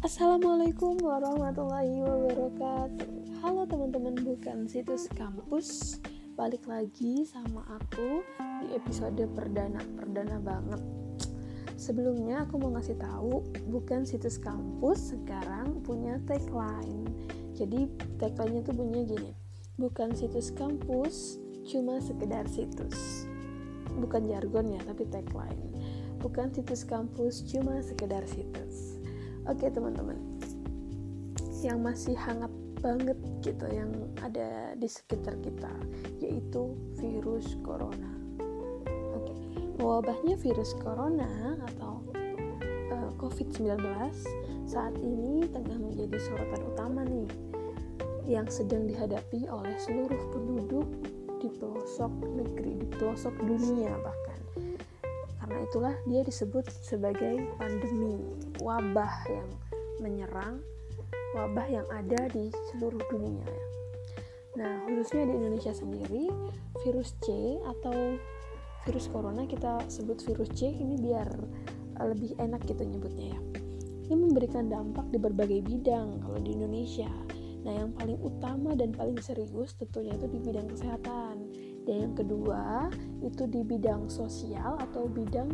Assalamualaikum warahmatullahi wabarakatuh. Halo teman-teman bukan situs kampus. Balik lagi sama aku di episode perdana banget. Sebelumnya aku mau ngasih tahu, bukan situs kampus sekarang punya tagline. Jadi tagline-nya tuh bunyinya gini. Bukan situs kampus, cuma sekedar situs. Bukan jargon ya, tapi tagline. Bukan situs kampus, cuma sekedar situs. Oke teman-teman, yang masih hangat banget gitu yang ada di sekitar kita, yaitu virus corona. Oke, wabahnya virus corona atau COVID-19 saat ini tengah menjadi sorotan utama nih, yang sedang dihadapi oleh seluruh penduduk di pelosok negeri, di pelosok dunia bahkan. Karena itulah dia disebut sebagai pandemi, wabah yang menyerang, wabah yang ada di seluruh dunia. Nah, khususnya di Indonesia sendiri, virus C atau virus corona kita sebut virus C ini biar lebih enak kita nyebutnya ya. Ini memberikan dampak di berbagai bidang kalau di Indonesia. Nah, yang paling utama dan paling serius tentunya itu di bidang kesehatan. Dan yang kedua itu di bidang sosial atau bidang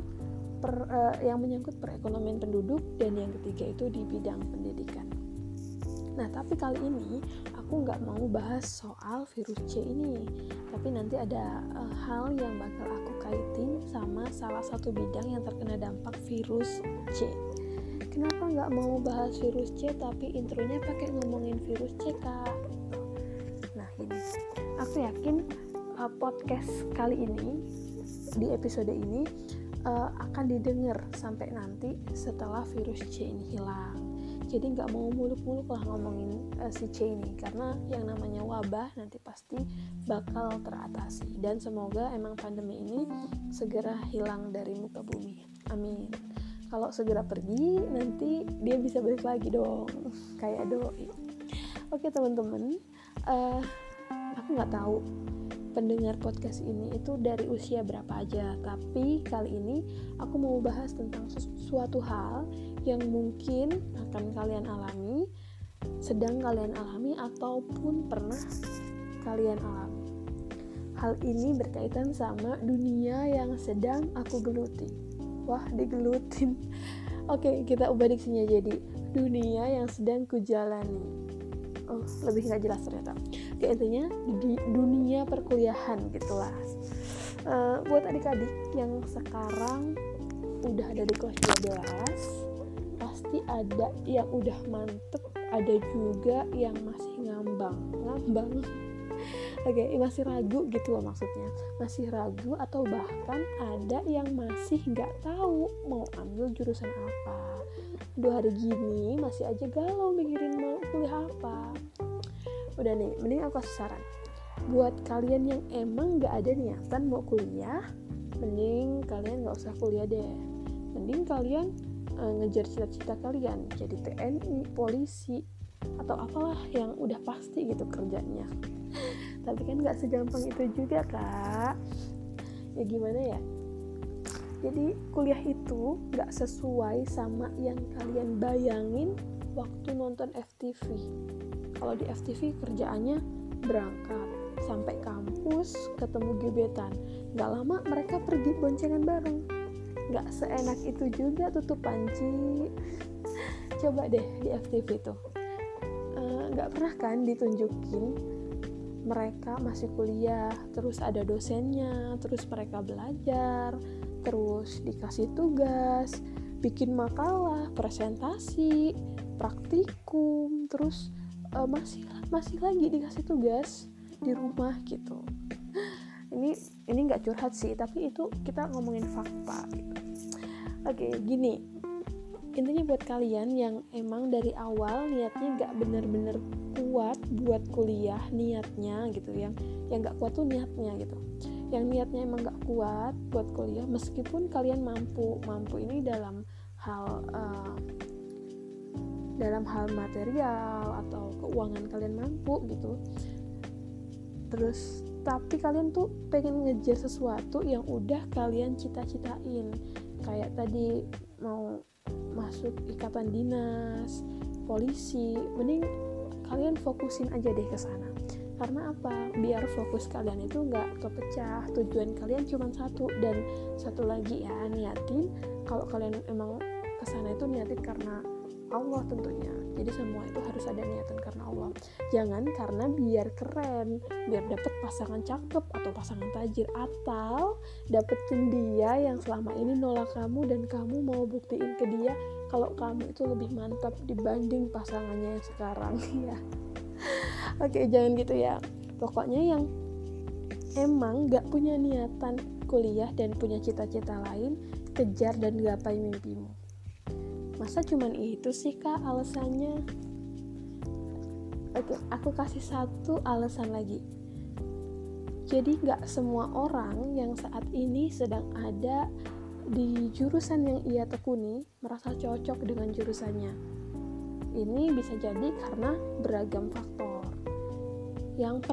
yang menyangkut perekonomian penduduk, dan yang ketiga itu di bidang pendidikan. Nah, tapi kali ini aku nggak mau bahas soal virus C ini, tapi nanti ada hal yang bakal aku kaitin sama salah satu bidang yang terkena dampak virus C. Kenapa nggak mau bahas virus C tapi intronya pakai ngomongin virus C, Kak? Nah, ini aku yakin podcast kali ini, di episode ini akan didengar sampai nanti setelah virus C ini hilang. Jadi nggak mau muluk-muluk lah ngomongin si C ini, karena yang namanya wabah nanti pasti bakal teratasi, dan semoga emang pandemi ini segera hilang dari muka bumi. Amin. Kalau segera pergi, nanti dia bisa balik lagi dong, kayak doi. Oke teman-teman, aku nggak tahu pendengar podcast ini itu dari usia berapa aja, tapi kali ini aku mau bahas tentang suatu hal yang mungkin akan kalian alami, sedang kalian alami, ataupun pernah kalian alami. Hal ini berkaitan sama dunia yang sedang aku geluti. Wah, digelutin. Oke, kita ubah diksinya jadi dunia yang sedang kujalani. Oh, lebih nggak jelas ternyata. Oke, intinya di dunia perkuliahan gitulah. Buat adik-adik yang sekarang udah ada di kelas 12, pasti ada yang udah mantep, ada juga yang masih ngambang. Oke, masih ragu gitu loh maksudnya. Masih ragu atau bahkan ada yang masih nggak tahu mau ambil jurusan apa. Hari gini masih aja galau mikirin mau kuliah apa. Udah nih, mending aku kasih saran. Buat kalian yang emang nggak ada niatan mau kuliah, mending kalian nggak usah kuliah deh. Mending kalian ngejar cita-cita kalian, jadi TNI, polisi, atau apalah yang udah pasti gitu kerjanya. Tapi kan nggak segampang itu juga, Kak. Ya gimana ya? Jadi kuliah itu nggak sesuai sama yang kalian bayangin waktu nonton FTV. Kalau di FTV kerjaannya berangkat sampai kampus, ketemu gebetan. Nggak lama mereka pergi boncengan bareng. Nggak seenak itu juga tutup panci. Coba deh di FTV tuh. Nggak pernah kan ditunjukin mereka masih kuliah, terus ada dosennya, terus mereka belajar, terus dikasih tugas, bikin makalah, presentasi, praktikum, terus masih lagi dikasih tugas di rumah gitu. Ini nggak curhat sih, tapi itu kita ngomongin fakta gitu. Oke, gini, intinya buat kalian yang emang dari awal niatnya nggak bener-bener kuat buat kuliah, niatnya gitu, yang nggak kuat tuh niatnya gitu, yang niatnya emang nggak kuat buat kuliah, meskipun kalian mampu ini dalam hal material atau keuangan kalian mampu gitu, terus tapi kalian tuh pengen ngejar sesuatu yang udah kalian cita-citain, kayak tadi mau masuk ikatan dinas, polisi, mending kalian fokusin aja deh ke sana. Karena apa? Biar fokus kalian itu nggak kepecah. Tujuan kalian cuma satu. Dan satu lagi ya, niatin kalau kalian emang kesana itu niatin karena Allah tentunya. Jadi semua itu harus ada niatan karena Allah. Jangan karena biar keren, biar dapet pasangan cakep atau pasangan tajir, atau dapetin dia yang selama ini nolak kamu dan kamu mau buktiin ke dia kalau kamu itu lebih mantap dibanding pasangannya yang sekarang. Ya. Oke, jangan gitu ya. Pokoknya yang emang gak punya niatan kuliah dan punya cita-cita lain, kejar dan gapai mimpimu. Masa cuman itu sih Kak alasannya? Oke, aku kasih satu alasan lagi. Jadi gak semua orang yang saat ini sedang ada di jurusan yang ia tekuni merasa cocok dengan jurusannya. Ini bisa jadi karena beragam faktor. Yang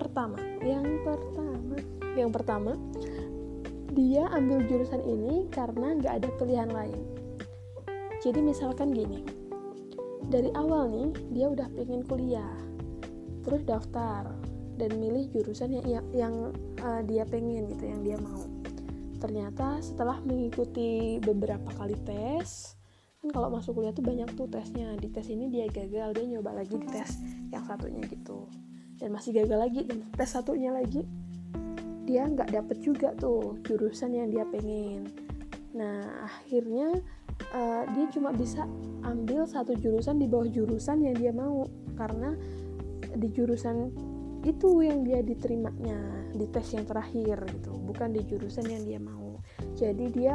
pertama, dia ambil jurusan ini karena gak ada pilihan lain. Jadi misalkan gini, dari awal nih dia udah pengen kuliah, terus daftar dan milih jurusan yang dia pengen gitu, yang dia mau. Ternyata setelah mengikuti beberapa kali tes, kan kalau masuk kuliah tuh banyak tuh tesnya. Di tes ini dia gagal, dia nyoba lagi di tes yang satunya gitu, dan masih gagal lagi, dan tes satunya lagi dia nggak dapet juga tuh jurusan yang dia pengen. Nah akhirnya dia cuma bisa ambil satu jurusan di bawah jurusan yang dia mau, karena di jurusan itu yang dia diterimanya di tes yang terakhir gitu, bukan di jurusan yang dia mau. Jadi dia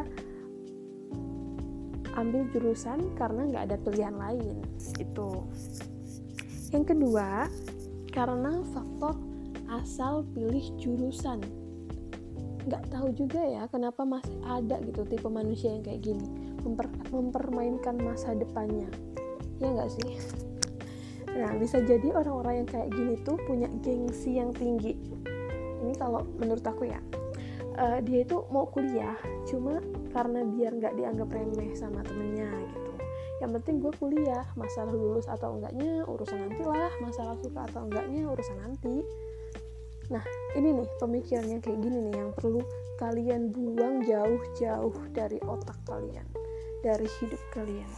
ambil jurusan karena nggak ada pilihan lain itu. Yang kedua, karena faktor asal pilih jurusan. Nggak tahu juga ya kenapa masih ada gitu tipe manusia yang kayak gini, mempermainkan masa depannya, ya nggak sih? Nah, bisa jadi orang-orang yang kayak gini tuh punya gengsi yang tinggi. Ini kalau menurut aku ya, dia itu mau kuliah cuma karena biar nggak dianggap remeh sama temennya gitu. Yang penting gue kuliah, masalah lulus atau enggaknya urusan nanti lah, masalah suka atau enggaknya urusan nanti. Nah, ini nih pemikirannya kayak gini nih yang perlu kalian buang jauh-jauh dari otak kalian, dari hidup kalian.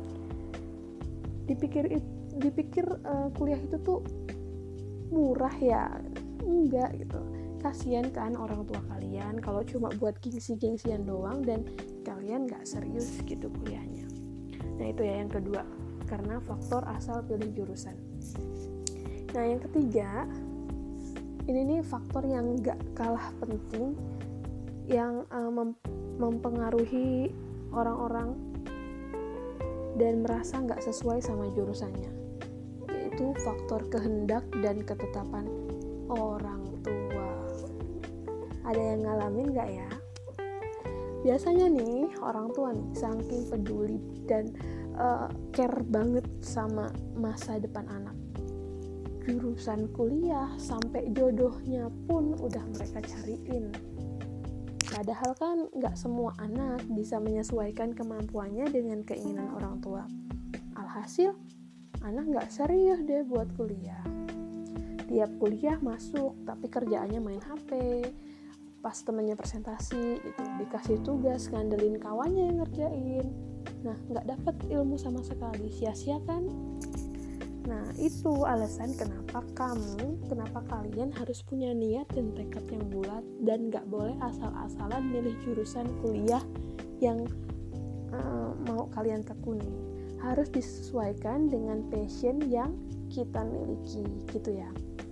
Dipikir kuliah itu tuh murah ya? Enggak gitu. Kasian kan orang tua kalian kalau cuma buat gengsi-gengsian doang dan kalian gak serius gitu kuliahnya. Nah itu ya yang kedua, karena faktor asal pilih jurusan. Nah yang ketiga, ini nih faktor yang gak kalah penting yang mempengaruhi orang-orang dan merasa gak sesuai sama jurusannya, yaitu faktor kehendak dan ketetapan orang tua. Ada yang ngalamin gak ya? Biasanya nih orang tua nih saking peduli dan care banget sama masa depan anak, jurusan kuliah sampai jodohnya pun udah mereka cariin. Padahal kan gak semua anak bisa menyesuaikan kemampuannya dengan keinginan orang tua. Alhasil anak gak serius deh buat kuliah. Tiap kuliah masuk tapi kerjaannya main HP. Pas temennya presentasi gitu, dikasih tugas ngandelin kawannya yang ngerjain. Nah gak dapet ilmu sama sekali, sia-sia kan? Nah itu alasan kenapa kalian harus punya niat dan tekad yang bulat dan gak boleh asal-asalan milih jurusan kuliah yang mau kalian tekuni. Harus disesuaikan dengan passion yang kita miliki gitu ya.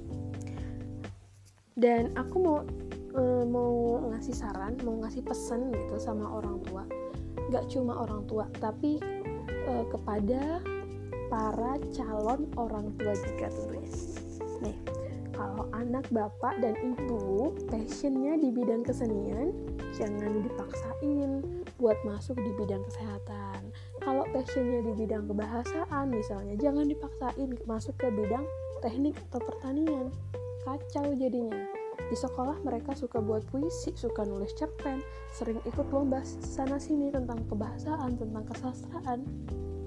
Dan aku mau ngasih saran, mau ngasih pesan gitu sama orang tua. Gak cuma orang tua, tapi kepada para calon orang tua juga tentunya. Nih, kalau anak bapak dan ibu passionnya di bidang kesenian, jangan dipaksain buat masuk di bidang kesehatan. Kalau passionnya di bidang kebahasaan misalnya, jangan dipaksain masuk ke bidang teknik atau pertanian. Kacau jadinya. Di sekolah mereka suka buat puisi, suka nulis cerpen, sering ikut lomba sana sini tentang kebahasaan, tentang kesastraan.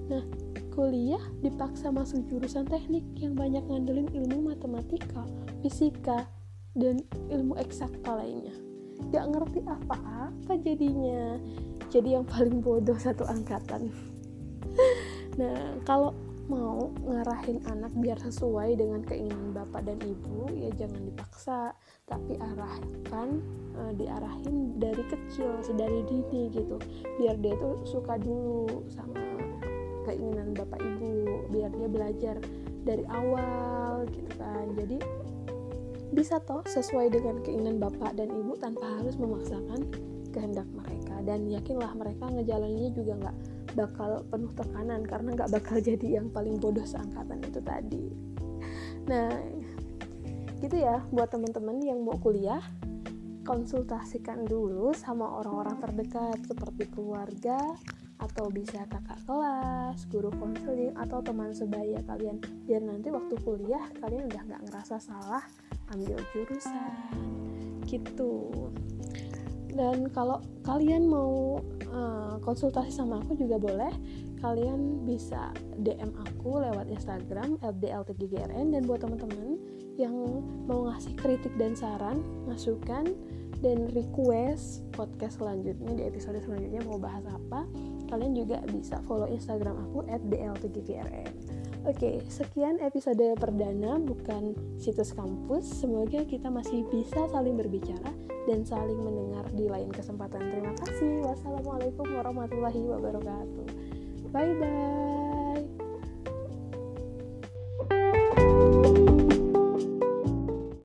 Nah, kuliah dipaksa masuk jurusan teknik yang banyak ngandelin ilmu matematika, fisika, dan ilmu eksakta lainnya. Gak ngerti apa-apa jadinya. Jadi yang paling bodoh satu angkatan. Nah, kalau mau ngarahin anak biar sesuai dengan keinginan bapak dan ibu, ya jangan dipaksa, tapi diarahin dari kecil, sedari dini gitu, biar dia tuh suka dulu sama keinginan bapak ibu, biar dia belajar dari awal gitu kan. Jadi bisa toh sesuai dengan keinginan bapak dan ibu tanpa harus memaksakan kehendak mereka, dan yakinlah mereka ngejalaninnya juga nggak bakal penuh tekanan, karena nggak bakal jadi yang paling bodoh seangkatan itu tadi. Nah gitu ya, buat teman-teman yang mau kuliah, konsultasikan dulu sama orang-orang terdekat seperti keluarga, atau bisa kakak kelas, guru konseling, atau teman sebaya kalian, biar nanti waktu kuliah kalian udah nggak ngerasa salah ambil jurusan gitu. Dan kalau kalian mau konsultasi sama aku juga boleh, kalian bisa DM aku lewat Instagram @dltggrn. Dan buat teman-teman yang mau ngasih kritik dan saran, masukan, dan request podcast selanjutnya, di episode selanjutnya mau bahas apa, kalian juga bisa follow Instagram aku @dltggrn. Oke, sekian episode perdana bukan situs kampus. Semoga kita masih bisa saling berbicara dan saling mendengar di lain kesempatan. Terima kasih. Wassalamualaikum warahmatullahi wabarakatuh. Bye bye.